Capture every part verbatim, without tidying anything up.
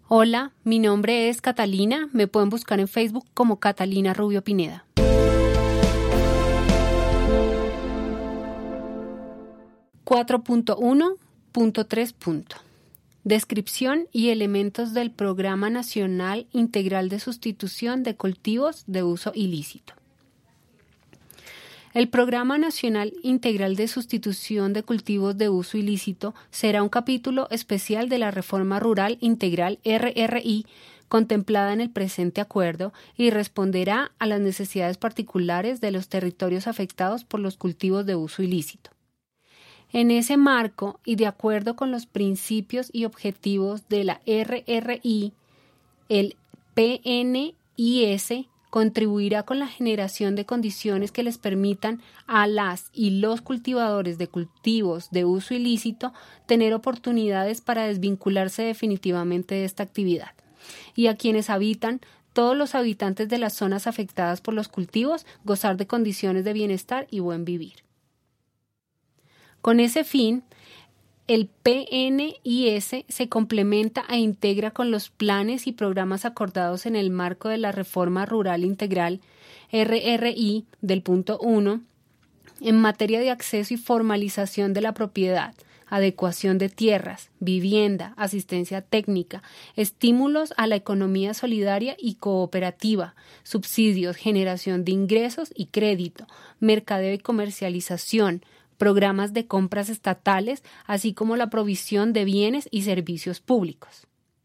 Hola, mi nombre es Catalina, me pueden buscar en Facebook como Catalina Rubio Pineda. cuatro punto uno punto tres. Descripción y elementos del Programa Nacional Integral de Sustitución de Cultivos de Uso Ilícito. El Programa Nacional Integral de Sustitución de Cultivos de Uso Ilícito será un capítulo especial de la Reforma Rural Integral R R I contemplada en el presente acuerdo y responderá a las necesidades particulares de los territorios afectados por los cultivos de uso ilícito. En ese marco y de acuerdo con los principios y objetivos de la R R I, el P N I S contribuirá con la generación de condiciones que les permitan a las y los cultivadores de cultivos de uso ilícito tener oportunidades para desvincularse definitivamente de esta actividad, y a quienes habitan, todos los habitantes de las zonas afectadas por los cultivos, gozar de condiciones de bienestar y buen vivir. Con ese fin, el P N I S se complementa e integra con los planes y programas acordados en el marco de la Reforma Rural Integral R R I del punto uno en materia de acceso y formalización de la propiedad, adecuación de tierras, vivienda, asistencia técnica, estímulos a la economía solidaria y cooperativa, subsidios, generación de ingresos y crédito, mercadeo y comercialización, programas de compras estatales, así como la provisión de bienes y servicios públicos.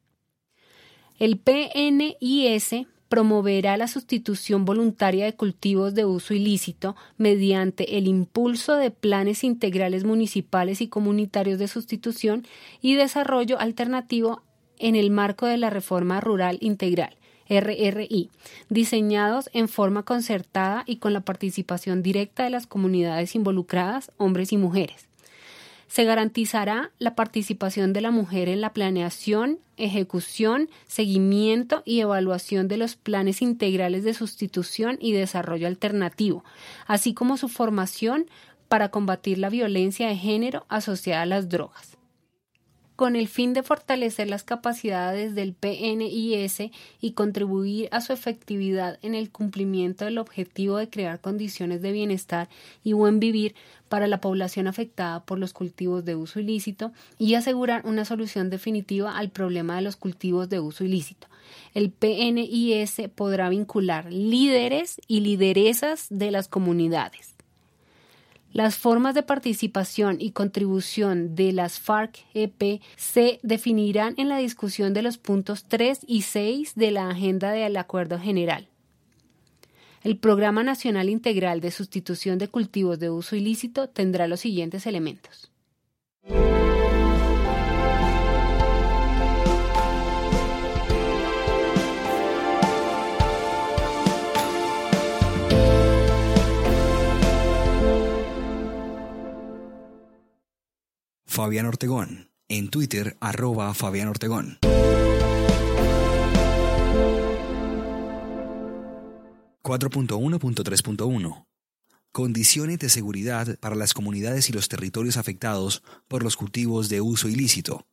El P N I S promoverá la sustitución voluntaria de cultivos de uso ilícito mediante el impulso de planes integrales municipales y comunitarios de sustitución y desarrollo alternativo en el marco de la Reforma Rural Integral R R I, diseñados en forma concertada y con la participación directa de las comunidades involucradas, hombres y mujeres. Se garantizará la participación de la mujer en la planeación, ejecución, seguimiento y evaluación de los planes integrales de sustitución y desarrollo alternativo, así como su formación para combatir la violencia de género asociada a las drogas. Con el fin de fortalecer las capacidades del P N I S y contribuir a su efectividad en el cumplimiento del objetivo de crear condiciones de bienestar y buen vivir para la población afectada por los cultivos de uso ilícito y asegurar una solución definitiva al problema de los cultivos de uso ilícito, el P N I S podrá vincular líderes y lideresas de las comunidades. Las formas de participación y contribución de las FARC-E P se definirán en la discusión de los puntos tres y seis de la agenda del Acuerdo General. El Programa Nacional Integral de Sustitución de Cultivos de Uso Ilícito tendrá los siguientes elementos. Fabián Ortegón, en Twitter, arroba Fabián Ortegón. cuatro punto uno punto tres punto uno. Condiciones de seguridad para las comunidades y los territorios afectados por los cultivos de uso ilícito.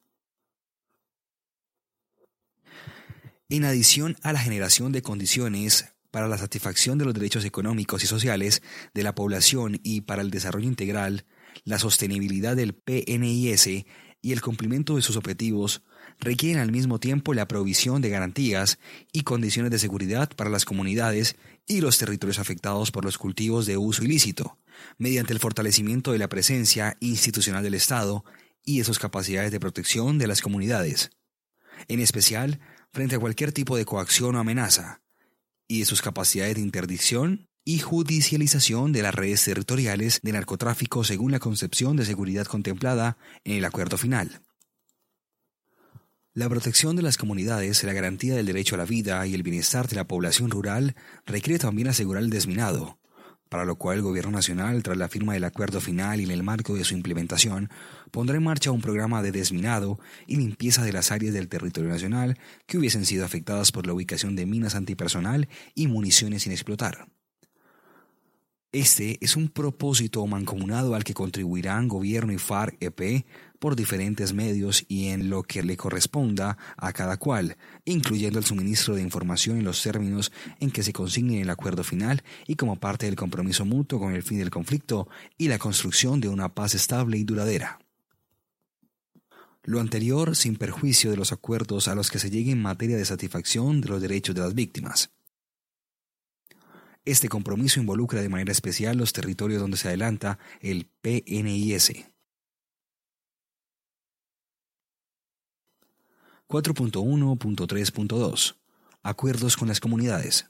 En adición a la generación de condiciones para la satisfacción de los derechos económicos y sociales de la población y para el desarrollo integral, la sostenibilidad del P N I S y el cumplimiento de sus objetivos requieren al mismo tiempo la provisión de garantías y condiciones de seguridad para las comunidades y los territorios afectados por los cultivos de uso ilícito, mediante el fortalecimiento de la presencia institucional del Estado y de sus capacidades de protección de las comunidades, en especial frente a cualquier tipo de coacción o amenaza, y de sus capacidades de interdicción y judicialización de las redes territoriales de narcotráfico según la concepción de seguridad contemplada en el acuerdo final. La protección de las comunidades, la garantía del derecho a la vida y el bienestar de la población rural requiere también asegurar el desminado, para lo cual el Gobierno Nacional, tras la firma del acuerdo final y en el marco de su implementación, pondrá en marcha un programa de desminado y limpieza de las áreas del territorio nacional que hubiesen sido afectadas por la ubicación de minas antipersonal y municiones sin explotar. Este es un propósito mancomunado al que contribuirán Gobierno y FARC-E P por diferentes medios y en lo que le corresponda a cada cual, incluyendo el suministro de información en los términos en que se consigne el acuerdo final y como parte del compromiso mutuo con el fin del conflicto y la construcción de una paz estable y duradera. Lo anterior sin perjuicio de los acuerdos a los que se llegue en materia de satisfacción de los derechos de las víctimas. Este compromiso involucra de manera especial los territorios donde se adelanta el P N I S. cuatro punto uno punto tres punto dos. Acuerdos con las comunidades.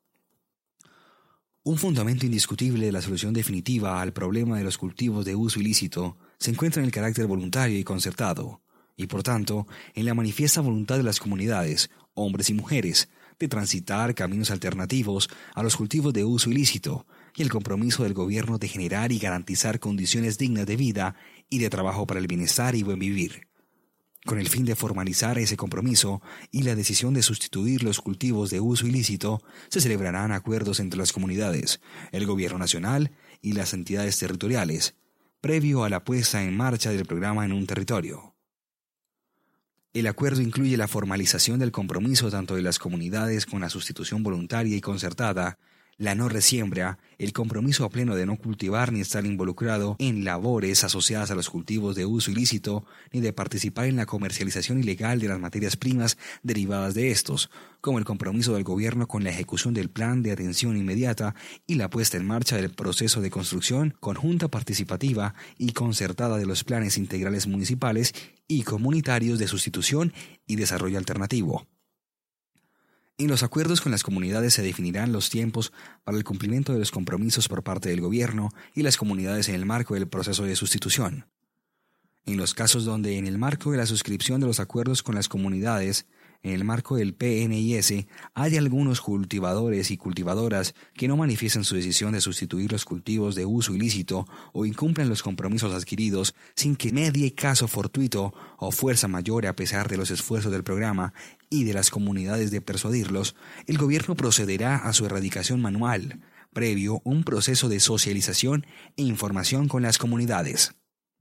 Un fundamento indiscutible de la solución definitiva al problema de los cultivos de uso ilícito se encuentra en el carácter voluntario y concertado, y por tanto, en la manifiesta voluntad de las comunidades, hombres y mujeres, de transitar caminos alternativos a los cultivos de uso ilícito, y el compromiso del gobierno de generar y garantizar condiciones dignas de vida y de trabajo para el bienestar y buen vivir. Con el fin de formalizar ese compromiso y la decisión de sustituir los cultivos de uso ilícito, se celebrarán acuerdos entre las comunidades, el gobierno nacional y las entidades territoriales, previo a la puesta en marcha del programa en un territorio. El acuerdo incluye la formalización del compromiso tanto de las comunidades con la sustitución voluntaria y concertada, la no resiembra, el compromiso a pleno de no cultivar ni estar involucrado en labores asociadas a los cultivos de uso ilícito, ni de participar en la comercialización ilegal de las materias primas derivadas de estos, como el compromiso del gobierno con la ejecución del plan de atención inmediata y la puesta en marcha del proceso de construcción conjunta participativa y concertada de los planes integrales municipales y comunitarios de sustitución y desarrollo alternativo. En los acuerdos con las comunidades se definirán los tiempos para el cumplimiento de los compromisos por parte del gobierno y las comunidades en el marco del proceso de sustitución. En los casos donde en el marco de la suscripción de los acuerdos con las comunidades, en el marco del P N I S, hay algunos cultivadores y cultivadoras que no manifiesten su decisión de sustituir los cultivos de uso ilícito o incumplan los compromisos adquiridos sin que medie caso fortuito o fuerza mayor a pesar de los esfuerzos del programa y de las comunidades de persuadirlos, el gobierno procederá a su erradicación manual, previo un proceso de socialización e información con las comunidades.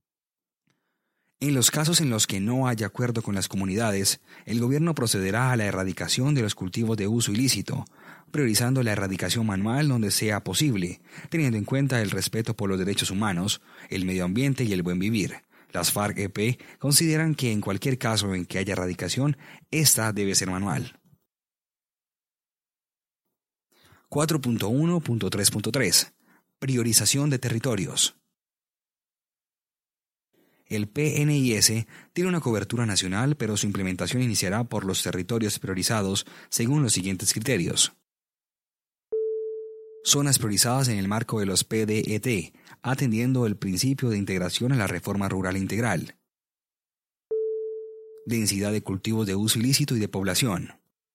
En los casos en los que no haya acuerdo con las comunidades, el gobierno procederá a la erradicación de los cultivos de uso ilícito, priorizando la erradicación manual donde sea posible, teniendo en cuenta el respeto por los derechos humanos, el medio ambiente y el buen vivir. Las FARC-E P consideran que en cualquier caso en que haya erradicación, esta debe ser manual. cuatro punto uno punto tres punto tres. Priorización de territorios. El P N I S tiene una cobertura nacional, pero su implementación iniciará por los territorios priorizados según los siguientes criterios. Zonas priorizadas en el marco de los P D E T, atendiendo el principio de integración a la reforma rural integral. Densidad de cultivos de uso ilícito y de población.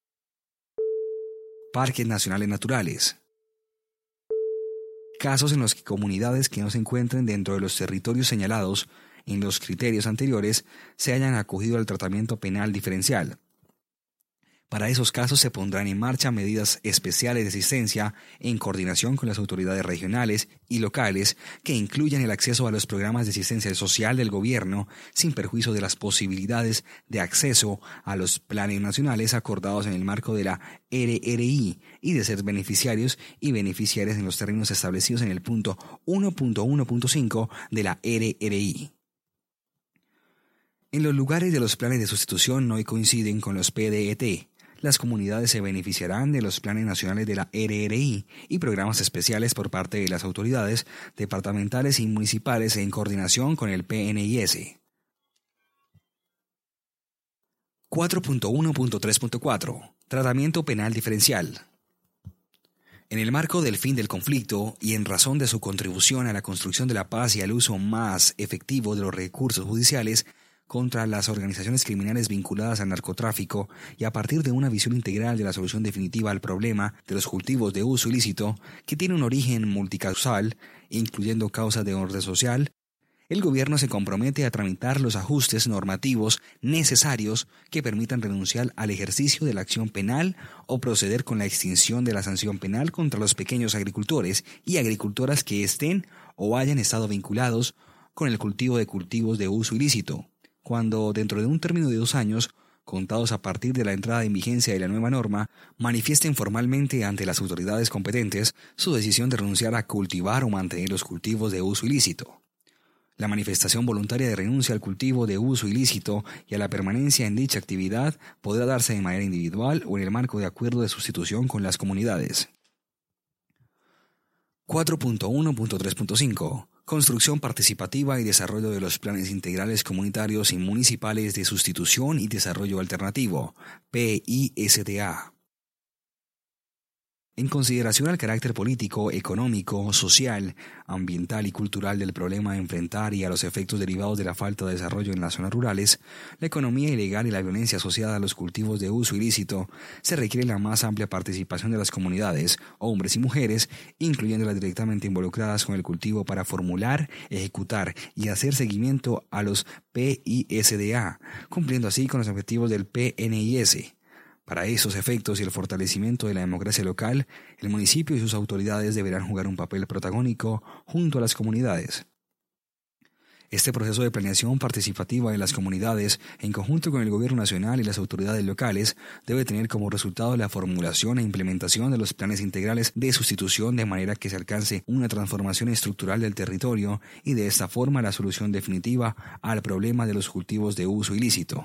Parques nacionales naturales. Casos en los que comunidades que no se encuentren dentro de los territorios señalados en los criterios anteriores se hayan acogido al tratamiento penal diferencial. Para esos casos se pondrán en marcha medidas especiales de asistencia en coordinación con las autoridades regionales y locales que incluyan el acceso a los programas de asistencia social del gobierno sin perjuicio de las posibilidades de acceso a los planes nacionales acordados en el marco de la R R I y de ser beneficiarios y beneficiarias en los términos establecidos en el punto uno punto uno punto cinco de la R R I. En los lugares de los planes de sustitución no coinciden con los P D E T. Las comunidades se beneficiarán de los planes nacionales de la R R I y programas especiales por parte de las autoridades departamentales y municipales en coordinación con el P N I S. cuatro punto uno punto tres punto cuatro. Tratamiento penal diferencial. En el marco del fin del conflicto y en razón de su contribución a la construcción de la paz y al uso más efectivo de los recursos judiciales, contra las organizaciones criminales vinculadas al narcotráfico y a partir de una visión integral de la solución definitiva al problema de los cultivos de uso ilícito, que tiene un origen multicausal, incluyendo causas de orden social, el gobierno se compromete a tramitar los ajustes normativos necesarios que permitan renunciar al ejercicio de la acción penal o proceder con la extinción de la sanción penal contra los pequeños agricultores y agricultoras que estén o hayan estado vinculados con el cultivo de cultivos de uso ilícito, cuando dentro de un término de dos años, contados a partir de la entrada en vigencia de la nueva norma, manifiesten formalmente ante las autoridades competentes su decisión de renunciar a cultivar o mantener los cultivos de uso ilícito. La manifestación voluntaria de renuncia al cultivo de uso ilícito y a la permanencia en dicha actividad podrá darse de manera individual o en el marco de acuerdo de sustitución con las comunidades. cuatro punto uno punto tres punto cinco. Construcción participativa y desarrollo de los planes integrales comunitarios y municipales de sustitución y desarrollo alternativo, P I S D A. En consideración al carácter político, económico, social, ambiental y cultural del problema a enfrentar y a los efectos derivados de la falta de desarrollo en las zonas rurales, la economía ilegal y la violencia asociada a los cultivos de uso ilícito, se requiere la más amplia participación de las comunidades, hombres y mujeres, incluyendo las directamente involucradas con el cultivo para formular, ejecutar y hacer seguimiento a los P I S D A, cumpliendo así con los objetivos del P N I S. Para esos efectos y el fortalecimiento de la democracia local, el municipio y sus autoridades deberán jugar un papel protagónico junto a las comunidades. Este proceso de planeación participativa de las comunidades, en conjunto con el gobierno nacional y las autoridades locales, debe tener como resultado la formulación e implementación de los planes integrales de sustitución de manera que se alcance una transformación estructural del territorio y de esta forma la solución definitiva al problema de los cultivos de uso ilícito.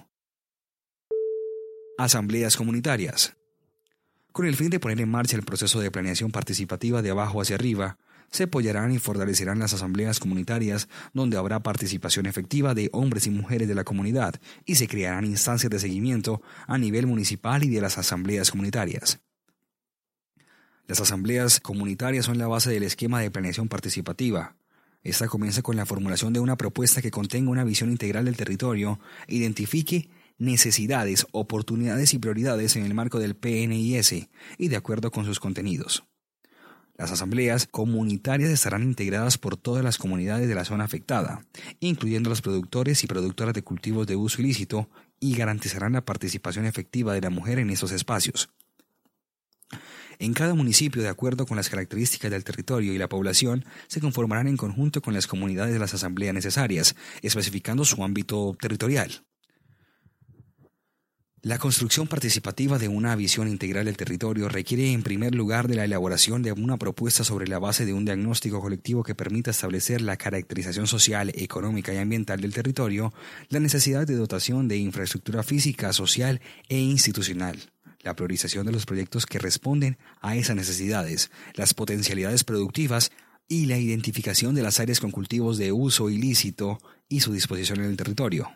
Asambleas comunitarias. Con el fin de poner en marcha el proceso de planeación participativa de abajo hacia arriba, se apoyarán y fortalecerán las asambleas comunitarias donde habrá participación efectiva de hombres y mujeres de la comunidad y se crearán instancias de seguimiento a nivel municipal y de las asambleas comunitarias. Las asambleas comunitarias son la base del esquema de planeación participativa. Esta comienza con la formulación de una propuesta que contenga una visión integral del territorio e identifique necesidades, oportunidades y prioridades en el marco del P N I S y de acuerdo con sus contenidos. Las asambleas comunitarias estarán integradas por todas las comunidades de la zona afectada, incluyendo los productores y productoras de cultivos de uso ilícito, y garantizarán la participación efectiva de la mujer en estos espacios. En cada municipio, de acuerdo con las características del territorio y la población, se conformarán en conjunto con las comunidades de las asambleas necesarias, especificando su ámbito territorial. La construcción participativa de una visión integral del territorio requiere en primer lugar de la elaboración de una propuesta sobre la base de un diagnóstico colectivo que permita establecer la caracterización social, económica y ambiental del territorio, la necesidad de dotación de infraestructura física, social e institucional, la priorización de los proyectos que responden a esas necesidades, las potencialidades productivas y la identificación de las áreas con cultivos de uso ilícito y su disposición en el territorio.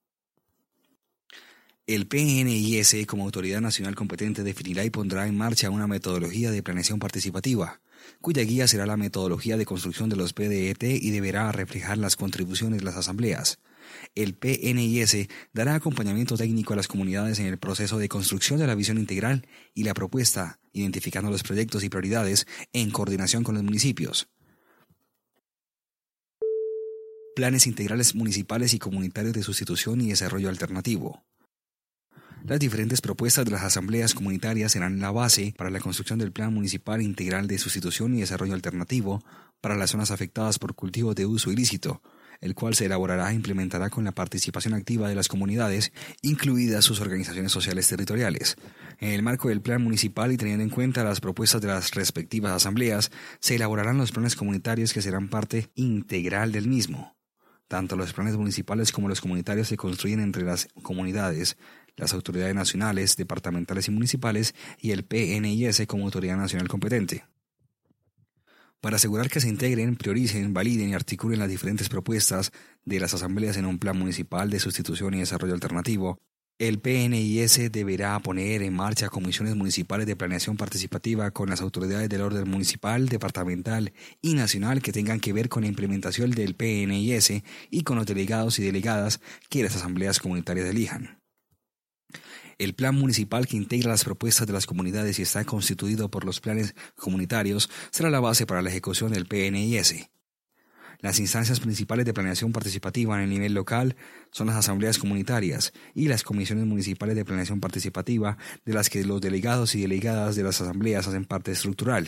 El P N I S, como autoridad nacional competente, definirá y pondrá en marcha una metodología de planeación participativa, cuya guía será la metodología de construcción de los P D E T y deberá reflejar las contribuciones de las asambleas. El P N I S dará acompañamiento técnico a las comunidades en el proceso de construcción de la visión integral y la propuesta, identificando los proyectos y prioridades en coordinación con los municipios. Planes integrales municipales y comunitarios de sustitución y desarrollo alternativo. Las diferentes propuestas de las asambleas comunitarias serán la base para la construcción del Plan Municipal Integral de Sustitución y Desarrollo Alternativo para las zonas afectadas por cultivos de uso ilícito, el cual se elaborará e implementará con la participación activa de las comunidades, incluidas sus organizaciones sociales territoriales. En el marco del Plan Municipal y teniendo en cuenta las propuestas de las respectivas asambleas, se elaborarán los planes comunitarios que serán parte integral del mismo. Tanto los planes municipales como los comunitarios se construyen entre las comunidades, las autoridades nacionales, departamentales y municipales y el P N I S como autoridad nacional competente. Para asegurar que se integren, prioricen, validen y articulen las diferentes propuestas de las asambleas en un plan municipal de sustitución y desarrollo alternativo, el P N I S deberá poner en marcha comisiones municipales de planeación participativa con las autoridades del orden municipal, departamental y nacional que tengan que ver con la implementación del P N I S y con los delegados y delegadas que las asambleas comunitarias elijan. El plan municipal que integra las propuestas de las comunidades y está constituido por los planes comunitarios será la base para la ejecución del P N I S. Las instancias principales de planeación participativa en el nivel local son las asambleas comunitarias y las comisiones municipales de planeación participativa, de las que los delegados y delegadas de las asambleas hacen parte estructural.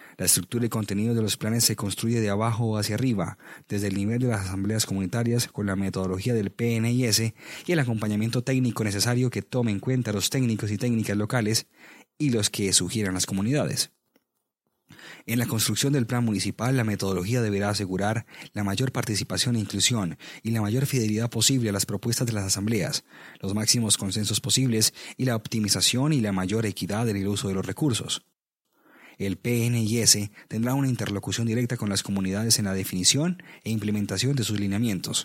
La estructura y contenido de los planes se construye de abajo hacia arriba, desde el nivel de las asambleas comunitarias con la metodología del P N I S y el acompañamiento técnico necesario que tome en cuenta los técnicos y técnicas locales y los que sugieran las comunidades. En la construcción del plan municipal, la metodología deberá asegurar la mayor participación e inclusión y la mayor fidelidad posible a las propuestas de las asambleas, los máximos consensos posibles y la optimización y la mayor equidad en el uso de los recursos. El P N I S tendrá una interlocución directa con las comunidades en la definición e implementación de sus lineamientos.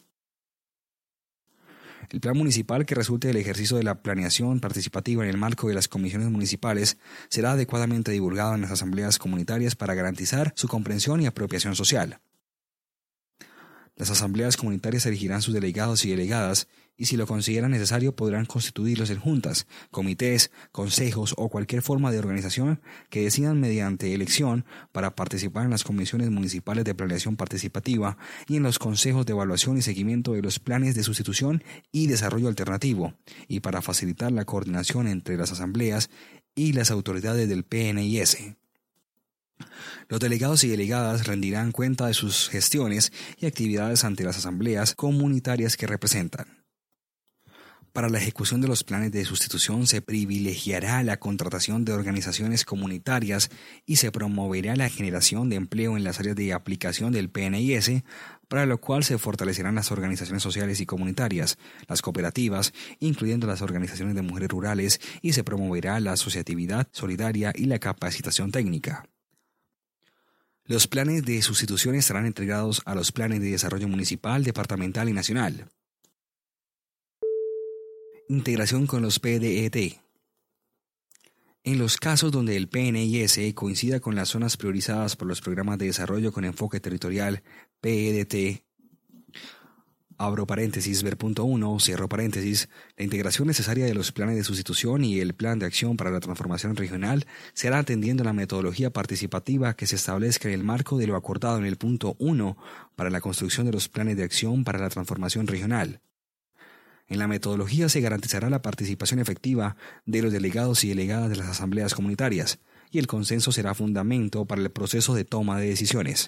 El plan municipal que resulte del ejercicio de la planeación participativa en el marco de las comisiones municipales será adecuadamente divulgado en las asambleas comunitarias para garantizar su comprensión y apropiación social. Las asambleas comunitarias elegirán sus delegados y delegadas y, si lo consideran necesario, podrán constituirlos en juntas, comités, consejos o cualquier forma de organización que decidan mediante elección para participar en las comisiones municipales de planeación participativa y en los consejos de evaluación y seguimiento de los planes de sustitución y desarrollo alternativo, y para facilitar la coordinación entre las asambleas y las autoridades del P N I S. Los delegados y delegadas rendirán cuenta de sus gestiones y actividades ante las asambleas comunitarias que representan. Para la ejecución de los planes de sustitución se privilegiará la contratación de organizaciones comunitarias y se promoverá la generación de empleo en las áreas de aplicación del P N I S, para lo cual se fortalecerán las organizaciones sociales y comunitarias, las cooperativas, incluyendo las organizaciones de mujeres rurales, y se promoverá la asociatividad solidaria y la capacitación técnica. Los planes de sustitución estarán integrados a los planes de desarrollo municipal, departamental y nacional. Integración con los P D E T. En los casos donde el P N I S coincida con las zonas priorizadas por los programas de desarrollo con enfoque territorial P E D T, abro paréntesis, ver punto uno, cierro paréntesis, la integración necesaria de los planes de sustitución y el plan de acción para la transformación regional será atendiendo la metodología participativa que se establezca en el marco de lo acordado en el punto uno para la construcción de los planes de acción para la transformación regional. En la metodología se garantizará la participación efectiva de los delegados y delegadas de las asambleas comunitarias, y el consenso será fundamento para el proceso de toma de decisiones.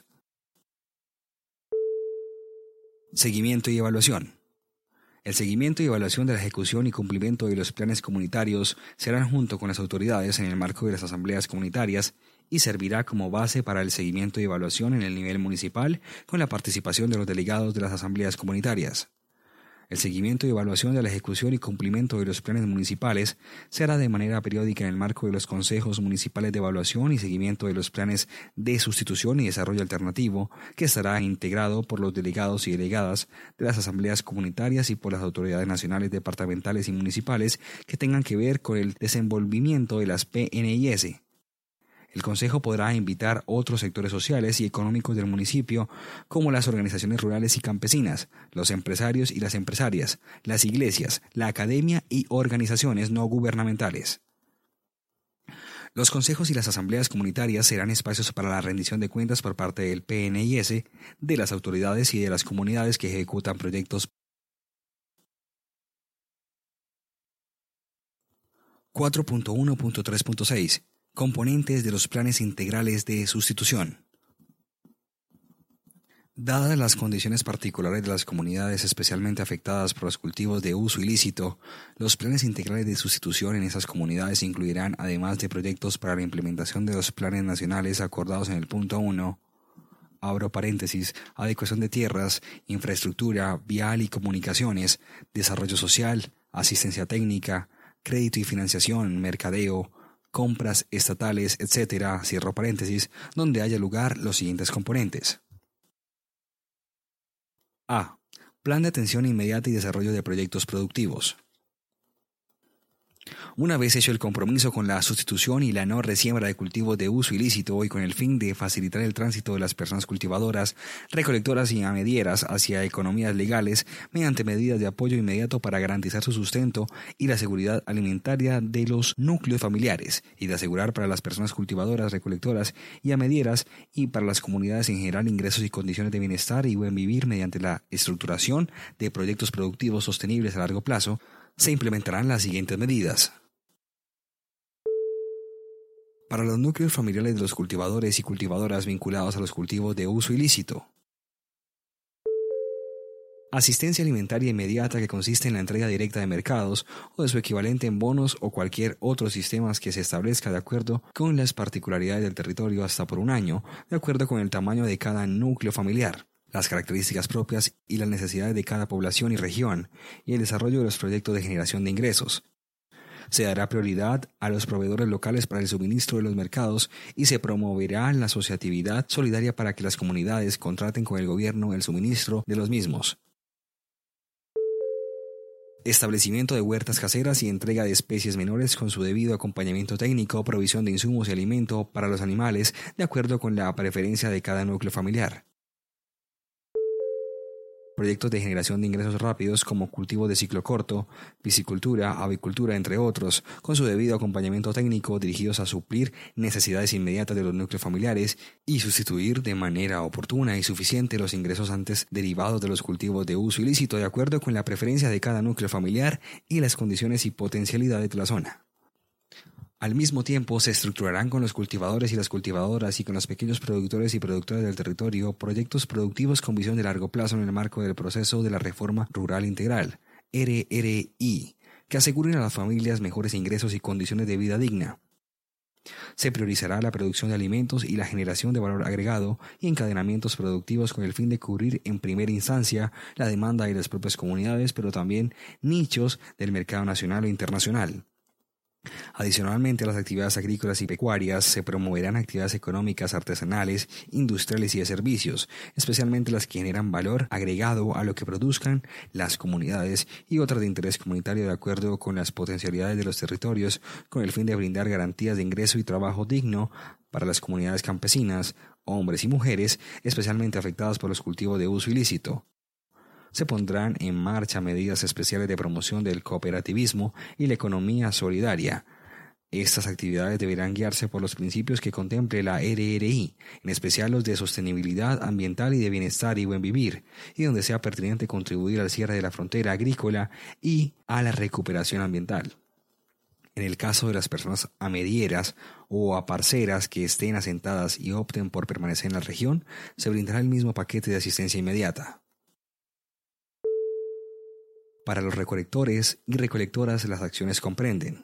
Seguimiento y evaluación. El seguimiento y evaluación de la ejecución y cumplimiento de los planes comunitarios serán junto con las autoridades en el marco de las asambleas comunitarias y servirá como base para el seguimiento y evaluación en el nivel municipal con la participación de los delegados de las asambleas comunitarias. El seguimiento y evaluación de la ejecución y cumplimiento de los planes municipales se hará de manera periódica en el marco de los consejos municipales de evaluación y seguimiento de los planes de sustitución y desarrollo alternativo, que estará integrado por los delegados y delegadas de las asambleas comunitarias y por las autoridades nacionales, departamentales y municipales que tengan que ver con el desenvolvimiento de las P N I S. El Consejo podrá invitar otros sectores sociales y económicos del municipio, como las organizaciones rurales y campesinas, los empresarios y las empresarias, las iglesias, la academia y organizaciones no gubernamentales. Los consejos y las asambleas comunitarias serán espacios para la rendición de cuentas por parte del P N I S, de las autoridades y de las comunidades que ejecutan proyectos. cuatro punto uno punto tres punto seis. Componentes de los planes integrales de sustitución. Dadas las condiciones particulares de las comunidades especialmente afectadas por los cultivos de uso ilícito, los planes integrales de sustitución en esas comunidades incluirán, además de proyectos para la implementación de los planes nacionales acordados en el punto uno, abro paréntesis, adecuación de tierras, infraestructura, vial y comunicaciones, desarrollo social, asistencia técnica, crédito y financiación, mercadeo, compras estatales, etcétera, cierro paréntesis, donde haya lugar los siguientes componentes. A. Plan de atención inmediata y desarrollo de proyectos productivos. Una vez hecho el compromiso con la sustitución y la no resiembra de cultivos de uso ilícito y con el fin de facilitar el tránsito de las personas cultivadoras, recolectoras y amedieras hacia economías legales mediante medidas de apoyo inmediato para garantizar su sustento y la seguridad alimentaria de los núcleos familiares y de asegurar para las personas cultivadoras, recolectoras y amedieras y para las comunidades en general ingresos y condiciones de bienestar y buen vivir mediante la estructuración de proyectos productivos sostenibles a largo plazo, se implementarán las siguientes medidas. para los núcleos familiares de los cultivadores y cultivadoras vinculados a los cultivos de uso ilícito. Asistencia alimentaria inmediata, que consiste en la entrega directa de mercados o de su equivalente en bonos o cualquier otro sistema que se establezca de acuerdo con las particularidades del territorio hasta por un año, de acuerdo con el tamaño de cada núcleo familiar, las características propias y las necesidades de cada población y región, y el desarrollo de los proyectos de generación de ingresos. Se dará prioridad a los proveedores locales para el suministro de los mercados y se promoverá la asociatividad solidaria para que las comunidades contraten con el gobierno el suministro de los mismos. Establecimiento de huertas caseras y entrega de especies menores con su debido acompañamiento técnico, provisión de insumos y alimento para los animales de acuerdo con la preferencia de cada núcleo familiar. Proyectos de generación de ingresos rápidos como cultivo de ciclo corto, piscicultura, avicultura, entre otros, con su debido acompañamiento técnico dirigidos a suplir necesidades inmediatas de los núcleos familiares y sustituir de manera oportuna y suficiente los ingresos antes derivados de los cultivos de uso ilícito de acuerdo con la preferencia de cada núcleo familiar y las condiciones y potencialidades de la zona. Al mismo tiempo, se estructurarán con los cultivadores y las cultivadoras y con los pequeños productores y productoras del territorio proyectos productivos con visión de largo plazo en el marco del proceso de la Reforma Rural Integral, R R I, que aseguren a las familias mejores ingresos y condiciones de vida digna. Se priorizará la producción de alimentos y la generación de valor agregado y encadenamientos productivos con el fin de cubrir en primera instancia la demanda de las propias comunidades, pero también nichos del mercado nacional o internacional. Adicionalmente a las actividades agrícolas y pecuarias, se promoverán actividades económicas, artesanales, industriales y de servicios, especialmente las que generan valor agregado a lo que produzcan las comunidades y otras de interés comunitario de acuerdo con las potencialidades de los territorios, con el fin de brindar garantías de ingreso y trabajo digno para las comunidades campesinas, hombres y mujeres, especialmente afectadas por los cultivos de uso ilícito. Se pondrán en marcha medidas especiales de promoción del cooperativismo y la economía solidaria. Estas actividades deberán guiarse por los principios que contemple la R R I, en especial los de sostenibilidad ambiental y de bienestar y buen vivir, y donde sea pertinente contribuir al cierre de la frontera agrícola y a la recuperación ambiental. En el caso de las personas amedieras o aparceras que estén asentadas y opten por permanecer en la región, se brindará el mismo paquete de asistencia inmediata. Para los recolectores y recolectoras, las acciones comprenden: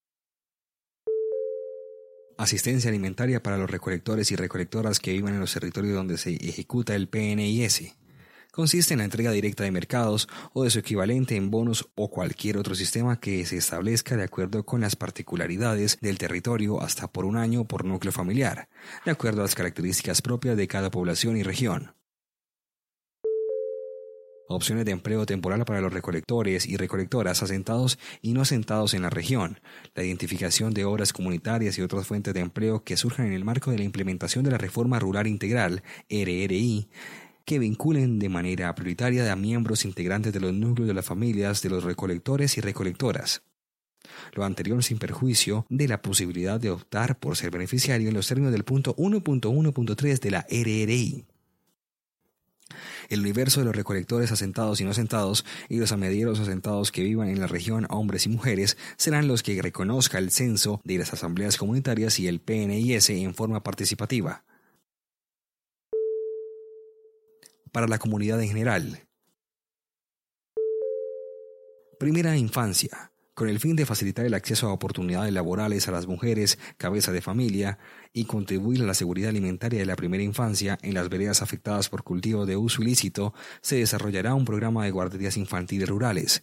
asistencia alimentaria para los recolectores y recolectoras que vivan en los territorios donde se ejecuta el P N I S. Consiste en la entrega directa de mercados o de su equivalente en bonos o cualquier otro sistema que se establezca de acuerdo con las particularidades del territorio hasta por un año por núcleo familiar, de acuerdo a las características propias de cada población y región. Opciones de empleo temporal para los recolectores y recolectoras asentados y no asentados en la región, la identificación de obras comunitarias y otras fuentes de empleo que surjan en el marco de la implementación de la Reforma Rural Integral, R R I, que vinculen de manera prioritaria a miembros integrantes de los núcleos de las familias de los recolectores y recolectoras. Lo anterior sin perjuicio de la posibilidad de optar por ser beneficiario en los términos del punto uno punto uno punto tres de la R R I. El universo de los recolectores asentados y no asentados y los amedieros asentados que vivan en la región, hombres y mujeres, serán los que reconozca el censo de las asambleas comunitarias y el P N I S en forma participativa. Para la comunidad en general. Primera infancia. Con el fin de facilitar el acceso a oportunidades laborales a las mujeres cabeza de familia y contribuir a la seguridad alimentaria de la primera infancia en las veredas afectadas por cultivo de uso ilícito, se desarrollará un programa de guarderías infantiles rurales.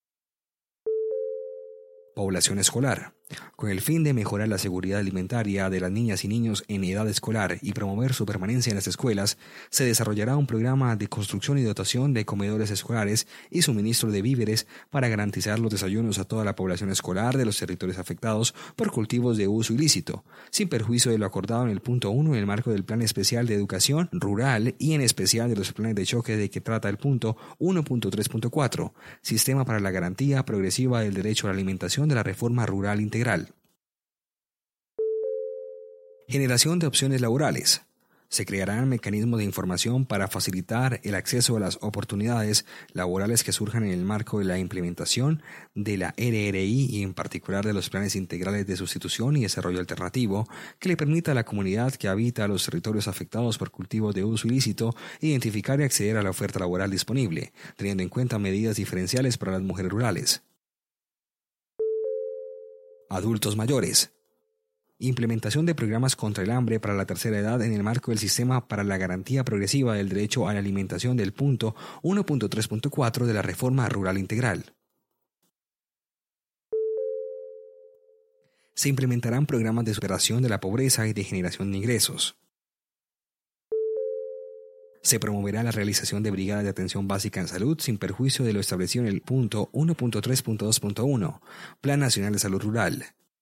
Población escolar. Con el fin de mejorar la seguridad alimentaria de las niñas y niños en edad escolar y promover su permanencia en las escuelas, se desarrollará un programa de construcción y dotación de comedores escolares y suministro de víveres para garantizar los desayunos a toda la población escolar de los territorios afectados por cultivos de uso ilícito, sin perjuicio de lo acordado en el punto uno en el marco del Plan Especial de Educación Rural y en especial de los planes de choque de que trata el punto uno punto tres punto cuatro, Sistema para la Garantía Progresiva del Derecho a la Alimentación de la Reforma Rural Integral. Generación de opciones laborales. Se crearán mecanismos de información para facilitar el acceso a las oportunidades laborales que surjan en el marco de la implementación de la R R I y en particular de los planes integrales de sustitución y desarrollo alternativo que le permita a la comunidad que habita los territorios afectados por cultivos de uso ilícito identificar y acceder a la oferta laboral disponible, teniendo en cuenta medidas diferenciales para las mujeres rurales. Adultos mayores. Implementación de programas contra el hambre para la tercera edad en el marco del Sistema para la Garantía Progresiva del Derecho a la Alimentación del punto uno punto tres punto cuatro de la Reforma Rural Integral. Se implementarán programas de superación de la pobreza y de generación de ingresos. Se promoverá la realización de brigadas de atención básica en salud sin perjuicio de lo establecido en el punto uno punto tres punto dos punto uno, Plan Nacional de Salud Rural.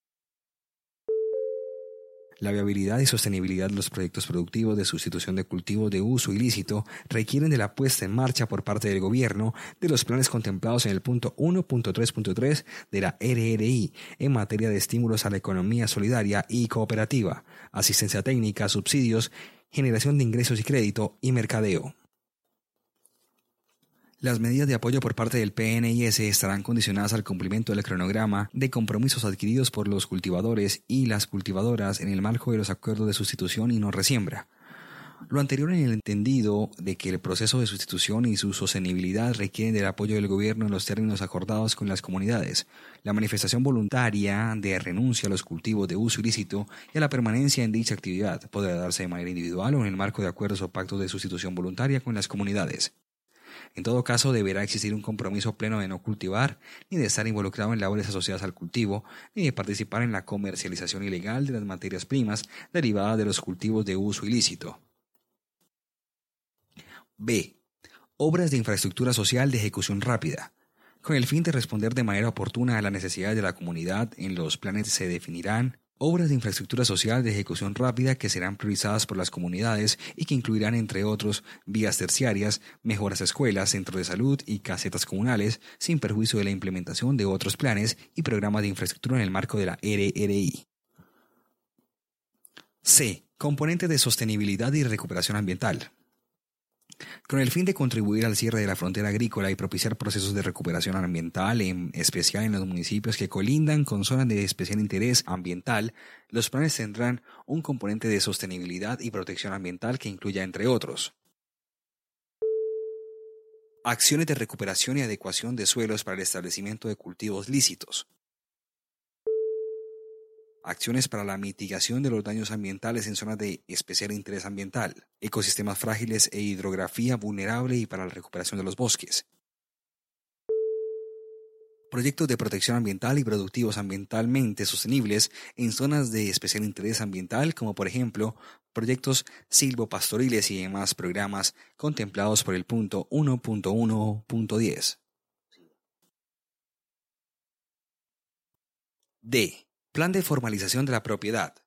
La viabilidad y sostenibilidad de los proyectos productivos de sustitución de cultivos de uso ilícito requieren de la puesta en marcha por parte del Gobierno de los planes contemplados en el punto uno punto tres punto tres de la R R I en materia de estímulos a la economía solidaria y cooperativa, asistencia técnica, subsidios, generación de ingresos y crédito y mercadeo. Las medidas de apoyo por parte del P N I S estarán condicionadas al cumplimiento del cronograma de compromisos adquiridos por los cultivadores y las cultivadoras en el marco de los acuerdos de sustitución y no resiembra. Lo anterior en el entendido de que el proceso de sustitución y su sostenibilidad requieren del apoyo del gobierno en los términos acordados con las comunidades. La manifestación voluntaria de renuncia a los cultivos de uso ilícito y a la permanencia en dicha actividad podrá darse de manera individual o en el marco de acuerdos o pactos de sustitución voluntaria con las comunidades. En todo caso, deberá existir un compromiso pleno de no cultivar, ni de estar involucrado en labores asociadas al cultivo, ni de participar en la comercialización ilegal de las materias primas derivadas de los cultivos de uso ilícito. B. Obras de infraestructura social de ejecución rápida. Con el fin de responder de manera oportuna a las necesidades de la comunidad, en los planes se definirán obras de infraestructura social de ejecución rápida que serán priorizadas por las comunidades y que incluirán, entre otros, vías terciarias, mejoras a escuelas, centros de salud y casetas comunales, sin perjuicio de la implementación de otros planes y programas de infraestructura en el marco de la R R I. C. Componentes de sostenibilidad y recuperación ambiental. Con el fin de contribuir al cierre de la frontera agrícola y propiciar procesos de recuperación ambiental, en especial en los municipios que colindan con zonas de especial interés ambiental, los planes tendrán un componente de sostenibilidad y protección ambiental que incluya, entre otros, acciones de recuperación y adecuación de suelos para el establecimiento de cultivos lícitos, acciones para la mitigación de los daños ambientales en zonas de especial interés ambiental, ecosistemas frágiles e hidrografía vulnerable y para la recuperación de los bosques. Proyectos de protección ambiental y productivos ambientalmente sostenibles en zonas de especial interés ambiental, como por ejemplo, proyectos silvopastoriles y demás programas contemplados por el punto uno punto uno punto diez. D. Plan de formalización de la propiedad.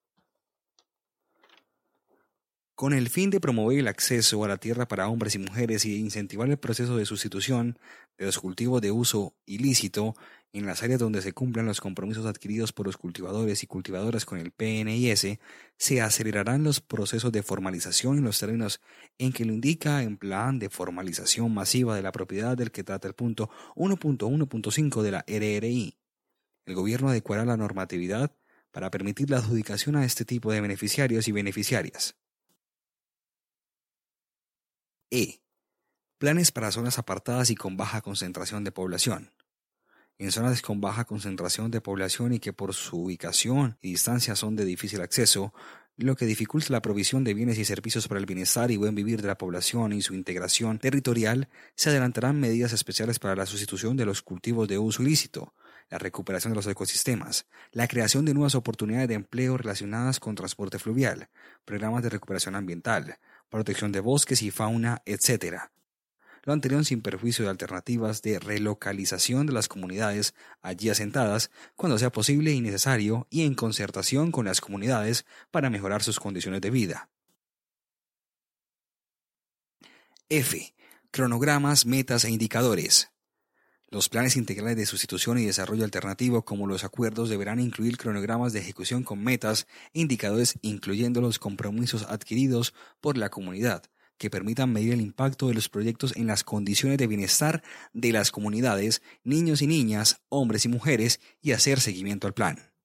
Con el fin de promover el acceso a la tierra para hombres y mujeres y de incentivar el proceso de sustitución de los cultivos de uso ilícito en las áreas donde se cumplan los compromisos adquiridos por los cultivadores y cultivadoras con el P N I S, se acelerarán los procesos de formalización en los términos en que lo indica en Plan de Formalización Masiva de la Propiedad del que trata el punto uno punto uno punto cinco de la R R I. El gobierno adecuará la normatividad para permitir la adjudicación a este tipo de beneficiarios y beneficiarias. E. Planes para zonas apartadas y con baja concentración de población. En zonas con baja concentración de población y que por su ubicación y distancia son de difícil acceso, lo que dificulta la provisión de bienes y servicios para el bienestar y buen vivir de la población y su integración territorial, se adelantarán medidas especiales para la sustitución de los cultivos de uso ilícito, la recuperación de los ecosistemas, la creación de nuevas oportunidades de empleo relacionadas con transporte fluvial, programas de recuperación ambiental, protección de bosques y fauna, etcétera. Lo anterior sin perjuicio de alternativas de relocalización de las comunidades allí asentadas cuando sea posible y necesario y en concertación con las comunidades para mejorar sus condiciones de vida. F. Cronogramas, metas e indicadores. Los planes integrales de sustitución y desarrollo alternativo, como los acuerdos, deberán incluir cronogramas de ejecución con metas e indicadores, incluyendo los compromisos adquiridos por la comunidad, que permitan medir el impacto de los proyectos en las condiciones de bienestar de las comunidades, niños y niñas, hombres y mujeres, y hacer seguimiento al plan.